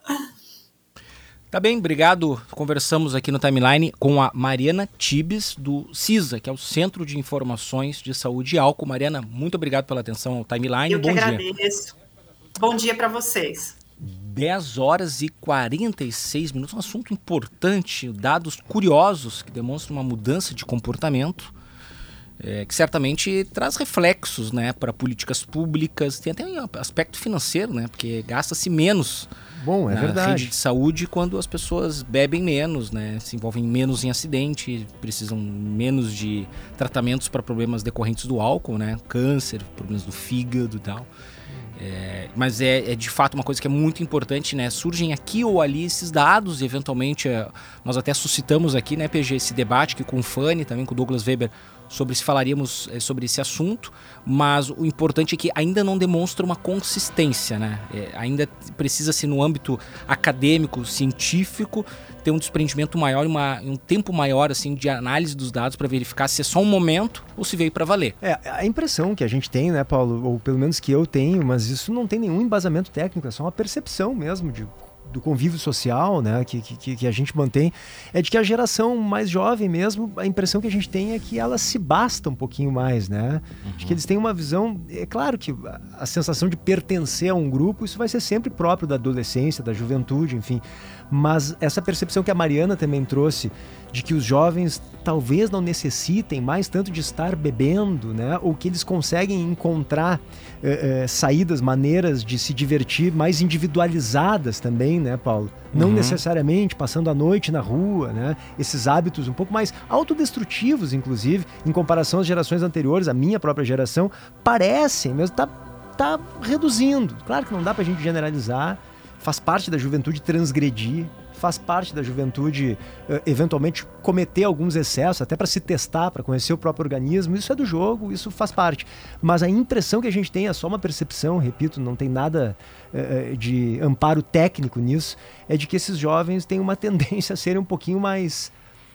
Tá bem, obrigado. Conversamos aqui no Timeline com a Mariana Tibes, do CISA, que é o Centro de Informações de Saúde e Álcool. Mariana, muito obrigado pela atenção ao Timeline. Eu Bom que dia. agradeço. Bom dia para vocês. dez horas e quarenta e seis minutos, um assunto importante, dados curiosos que demonstram uma mudança de comportamento, é, que certamente traz reflexos, né, para políticas públicas. Tem até um aspecto financeiro, né, porque gasta-se menos Bom, é na verdade. rede de saúde quando as pessoas bebem menos, né, se envolvem menos em acidente, precisam menos de tratamentos para problemas decorrentes do álcool, né, câncer, problemas do fígado e tal. É, mas é, é de fato uma coisa que é muito importante, né? Surgem aqui ou ali esses dados, e eventualmente é, nós até suscitamos aqui, né, P G, esse debate que com o Fanny, também com o Douglas Weber, sobre se falaríamos é, sobre esse assunto, mas o importante é que ainda não demonstra uma consistência, né? É, ainda precisa-se no âmbito acadêmico, científico, ter um desprendimento maior, uma, um tempo maior assim, de análise dos dados para verificar se é só um momento ou se veio para valer. É, a impressão que a gente tem, né, Paulo, ou pelo menos que eu tenho, mas isso não tem nenhum embasamento técnico, é só uma percepção mesmo de, do convívio social, né, que, que, que a gente mantém, é de que a geração mais jovem mesmo, a impressão que a gente tem é que ela se basta um pouquinho mais, né? Uhum. De que eles têm uma visão, é claro que a, a sensação de pertencer a um grupo, isso vai ser sempre próprio da adolescência, da juventude, enfim, mas essa percepção que a Mariana também trouxe, de que os jovens talvez não necessitem mais tanto de estar bebendo, né? Ou que eles conseguem encontrar eh, eh, saídas, maneiras de se divertir mais individualizadas também, né, Paulo? Não uhum. necessariamente passando a noite na rua, né? Esses hábitos um pouco mais autodestrutivos, inclusive, em comparação às gerações anteriores, a minha própria geração, parecem mesmo tá, tá reduzindo. Claro que não dá pra gente generalizar, faz parte da juventude transgredir, faz parte da juventude uh, eventualmente cometer alguns excessos, até para se testar, para conhecer o próprio organismo. Isso é do jogo, isso faz parte. Mas a impressão que a gente tem é só uma percepção, repito, não tem nada uh, de amparo técnico nisso, é de que esses jovens têm uma tendência a serem um pouquinho mais...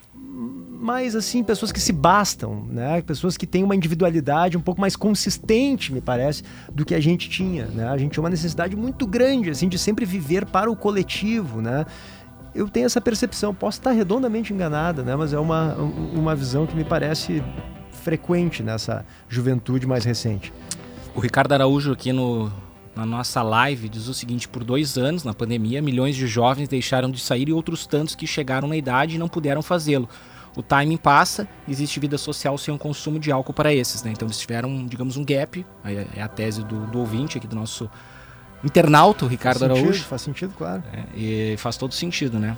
mais assim, pessoas que se bastam, né? Pessoas que têm uma individualidade um pouco mais consistente, me parece, do que a gente tinha, né? A gente tinha uma necessidade muito grande, assim, de sempre viver para o coletivo, né? Eu tenho essa percepção, posso estar redondamente enganada, né? Mas é uma, uma visão que me parece frequente nessa juventude mais recente. O Ricardo Araújo aqui no, na nossa live diz o seguinte: por dois anos, na pandemia, milhões de jovens deixaram de sair e outros tantos que chegaram na idade e não puderam fazê-lo. O timing passa, existe vida social sem o consumo de álcool para esses, né? Então eles tiveram, digamos, um gap, é a tese do, do ouvinte aqui, do nosso internauta, o Ricardo faz sentido, Araújo. Faz sentido, claro. É, e faz todo sentido, né?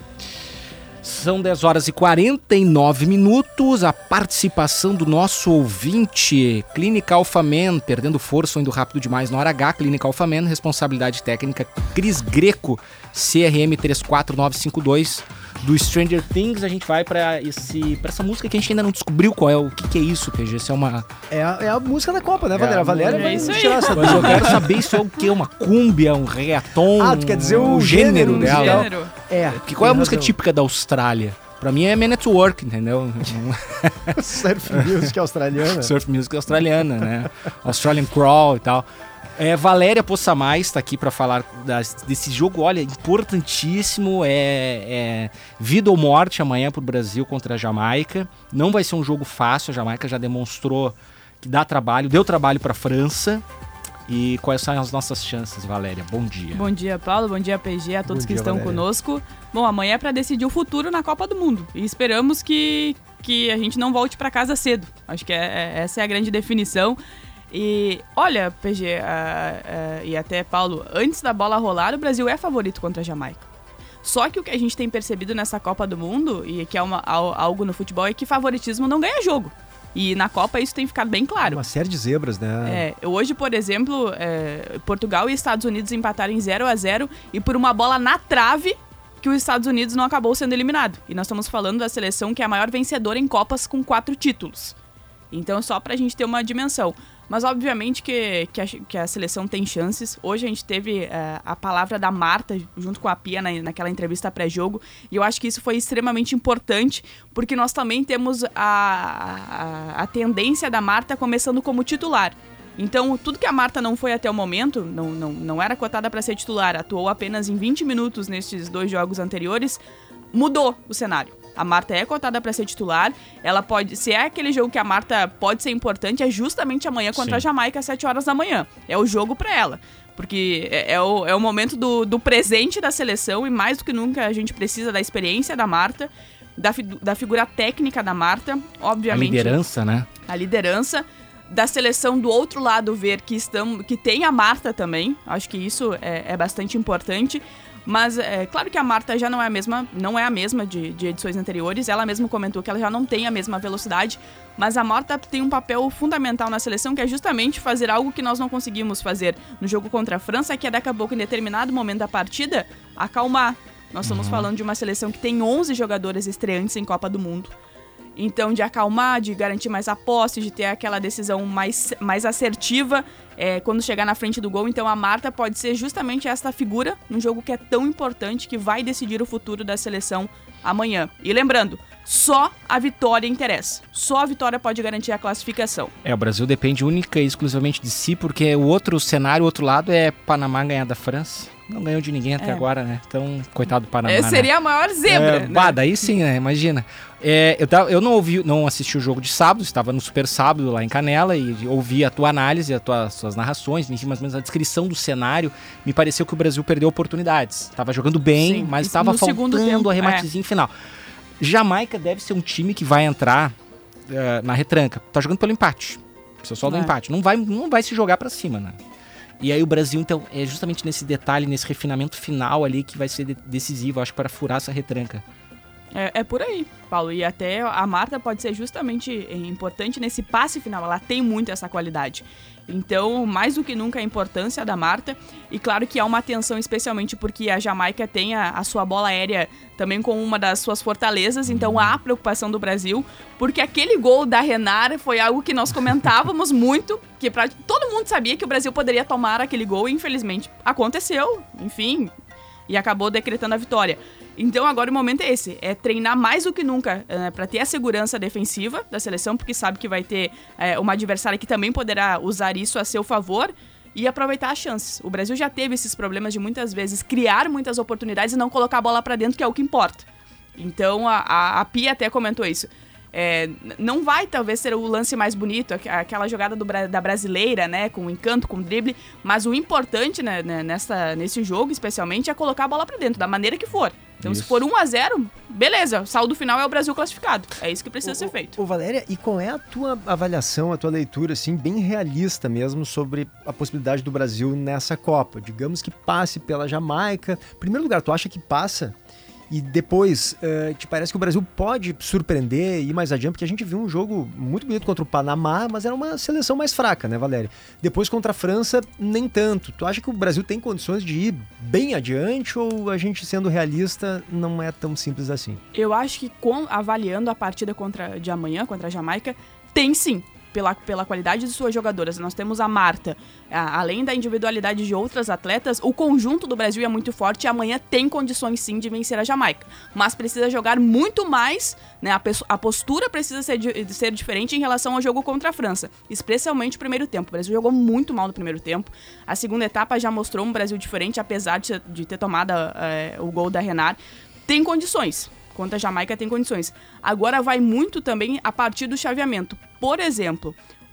São dez horas e quarenta e nove minutos, a participação do nosso ouvinte, Clínica Alphaman, perdendo força ou indo rápido demais na hora H, Clínica Alphaman, responsabilidade técnica Cris Greco, C R M três quatro nove cinco dois, do Stranger Things. A gente vai pra, esse, pra essa música que a gente ainda não descobriu qual é, o que, que é isso, P G, se é uma... É a, é a música da Copa, né, Valéria? É, a Valéria é vai isso aí. tirar essa Mas eu quero saber se é o que, uma cúmbia, um reggaeton... Ah, tu quer dizer o, o gênero, gênero dela? Gênero. É. Porque qual é a tem música razão. típica da Austrália? Pra mim é Man at Work, entendeu? Surf music australiana. Surf music australiana, né? Australian Crawl e tal. É, Valéria Poçamais está aqui para falar das, desse jogo, olha, importantíssimo, é, é vida ou morte amanhã para o Brasil contra a Jamaica. Não vai ser um jogo fácil, a Jamaica já demonstrou que dá trabalho, deu trabalho para a França. E quais são as nossas chances, Valéria? Bom dia. Bom dia, Paulo. Bom dia, P G, a todos Bom que dia, estão Valéria. conosco. Bom, amanhã é para decidir o futuro na Copa do Mundo. E esperamos que, que a gente não volte para casa cedo. Acho que é, é, essa é a grande definição. E olha, P G uh, uh, e até Paulo, antes da bola rolar, o Brasil é favorito contra a Jamaica. Só que o que a gente tem percebido nessa Copa do Mundo, e que é uma, algo no futebol, é que favoritismo não ganha jogo. E na Copa isso tem ficado bem claro. Uma série de zebras, né? É, hoje, por exemplo, é, Portugal e Estados Unidos empataram em zero a zero e por uma bola na trave que os Estados Unidos não acabou sendo eliminado. E nós estamos falando da seleção que é a maior vencedora em Copas com quatro títulos. Então, só pra gente ter uma dimensão. Mas, obviamente, que, que, a, que a seleção tem chances. Hoje a gente teve uh, a palavra da Marta junto com a Pia na, naquela entrevista pré-jogo. E eu acho que isso foi extremamente importante, porque nós também temos a, a, a tendência da Marta começando como titular. Então, tudo que a Marta não foi até o momento, não, não, não era cotada para ser titular, atuou apenas em vinte minutos nestes dois jogos anteriores, mudou o cenário. A Marta é cotada para ser titular, ela pode, se é aquele jogo que a Marta pode ser importante, é justamente amanhã contra Sim. a Jamaica às sete horas da manhã. É o jogo para ela, porque é, é, o, é o momento do, do presente da seleção e mais do que nunca a gente precisa da experiência da Marta, da, da figura técnica da Marta, obviamente. A liderança, né? A liderança. Da seleção do outro lado ver que, estamos, que tem a Marta também, acho que isso é, é bastante importante. Mas é claro que a Marta já não é a mesma, não é a mesma de, de edições anteriores. Ela mesma comentou que ela já não tem a mesma velocidade. Mas a Marta tem um papel fundamental na seleção, que é justamente fazer algo que nós não conseguimos fazer no jogo contra a França, que é daqui a pouco, em determinado momento da partida, acalmar. Nós estamos uhum. falando de uma seleção que tem onze jogadores estreantes em Copa do Mundo. Então, de acalmar, de garantir mais a posse, de ter aquela decisão mais, mais assertiva é, quando chegar na frente do gol. Então, a Marta pode ser justamente essa figura num jogo que é tão importante, que vai decidir o futuro da seleção amanhã. E lembrando, só a vitória interessa. Só a vitória pode garantir a classificação. É, o Brasil depende única e exclusivamente de si, porque o outro cenário, o outro lado é Panamá ganhar da França. Não ganhou de ninguém até é. agora, né? Então, coitado do Panamá. É, seria né? a maior zebra, é, né? Bah, daí sim, né? Imagina. É, eu, tava, eu não ouvi, não assisti o jogo de sábado, estava no Super Sábado lá em Canela e ouvi a tua análise, as tuas, suas narrações, enfim, mais ou menos a descrição do cenário. Me pareceu que o Brasil perdeu oportunidades. Estava jogando bem, sim, mas estava faltando o arrematezinho é. final. Jamaica deve ser um time que vai entrar uh, na retranca. Tá jogando pelo empate. Precisa só do é. empate. Não vai, não vai se jogar pra cima, né? E aí o Brasil, então, é justamente nesse detalhe, nesse refinamento final ali que vai ser de- decisivo, acho, para furar essa retranca. É, é por aí, Paulo. E até a Marta pode ser justamente importante nesse passe final. Ela tem muito essa qualidade. Então, mais do que nunca, a importância da Marta. E claro que há uma atenção, especialmente porque a Jamaica tem a, a sua bola aérea também como uma das suas fortalezas. Então, há a preocupação do Brasil. Porque aquele gol da Renard foi algo que nós comentávamos muito. Que pra, todo mundo sabia que o Brasil poderia tomar aquele gol. E, infelizmente, aconteceu. Enfim, e acabou decretando a vitória. Então agora o momento é esse, é treinar mais do que nunca é, para ter a segurança defensiva da seleção, porque sabe que vai ter é, uma adversária que também poderá usar isso a seu favor e aproveitar as chances. O Brasil já teve esses problemas de muitas vezes criar muitas oportunidades e não colocar a bola para dentro, que é o que importa. Então a, a, a Pia até comentou isso. É, não vai talvez ser o lance mais bonito, aquela jogada do, da brasileira, né, com encanto, com drible, mas o importante, né, nessa, nesse jogo especialmente é colocar a bola pra dentro, da maneira que for. Então isso. Se for um a zero, beleza, o saldo final é o Brasil classificado, é isso que precisa o, ser feito. Ô Valéria, e qual é a tua avaliação, a tua leitura, assim, bem realista mesmo sobre a possibilidade do Brasil nessa Copa? Digamos que passe pela Jamaica. Em primeiro lugar, tu acha que passa? E depois, uh, te parece que o Brasil pode surpreender e ir mais adiante, porque a gente viu um jogo muito bonito contra o Panamá, mas era uma seleção mais fraca, né, Valéria? Depois contra a França, nem tanto. Tu acha que o Brasil tem condições de ir bem adiante ou a gente, sendo realista, não é tão simples assim? Eu acho que com, avaliando a partida contra, de amanhã, contra a Jamaica, tem sim. Pela, pela qualidade de suas jogadoras. Nós temos a Marta, a, além da individualidade de outras atletas, o conjunto do Brasil é muito forte e amanhã tem condições sim de vencer a Jamaica, mas precisa jogar muito mais, né? A, a postura precisa ser, de, ser diferente em relação ao jogo contra a França, especialmente o primeiro tempo. O Brasil jogou muito mal no primeiro tempo, a segunda etapa já mostrou um Brasil diferente, apesar de, de ter tomado é, o gol da Renard. Tem condições. Contra a Jamaica tem condições. Agora vai muito também a partir do chaveamento. Por exemplo,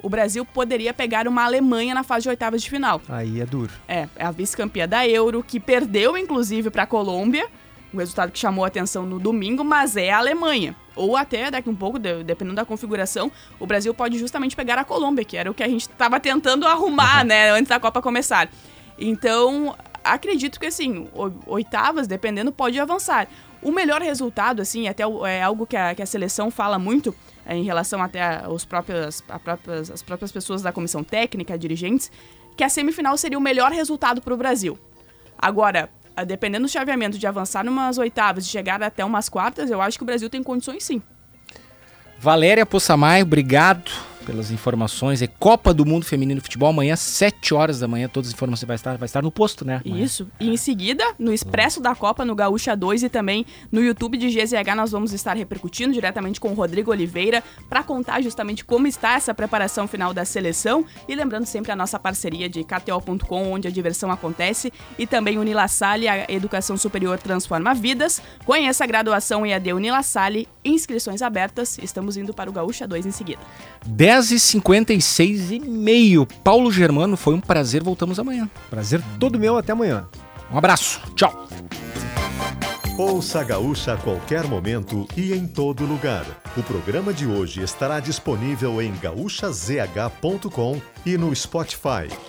o Brasil poderia pegar uma Alemanha na fase de oitavas de final. Aí é duro. É, é a vice-campeã da Euro, que perdeu, inclusive, para a Colômbia, o resultado que chamou a atenção no domingo, mas é a Alemanha. Ou até, daqui um pouco, dependendo da configuração, o Brasil pode justamente pegar a Colômbia, que era o que a gente estava tentando arrumar, uhum. né, antes da Copa começar. Então, acredito que, assim, oitavas, dependendo, pode avançar. O melhor resultado, assim, até é algo que a, que a seleção fala muito, é, em relação até aos próprios, a próprias, as próprias pessoas da comissão técnica, dirigentes, que a semifinal seria o melhor resultado para o Brasil. Agora, dependendo do chaveamento de avançar numas oitavas, de chegar até umas quartas, eu acho que o Brasil tem condições sim. Valéria Poçamai, obrigado pelas informações. É Copa do Mundo Feminino de Futebol, amanhã, sete horas da manhã, todas as informações vai estar, vai estar no posto, né? Amanhã. Isso. E em seguida, no Expresso da Copa, no Gaúcha dois e também no YouTube de G Z H, nós vamos estar repercutindo diretamente com o Rodrigo Oliveira para contar justamente como está essa preparação final da seleção. E lembrando sempre a nossa parceria de K T O ponto com, onde a diversão acontece, e também Unilassalle, a educação superior transforma vidas. Conheça a graduação E A D Unilassalle, inscrições abertas. Estamos indo para o Gaúcha dois em seguida. dez e cinquenta e seis e meio. Paulo Germano, foi um prazer. Voltamos amanhã. Prazer todo meu. Até amanhã. Um abraço. Tchau. Ouça a Gaúcha a qualquer momento e em todo lugar. O programa de hoje estará disponível em gaúcha z h ponto com e no Spotify.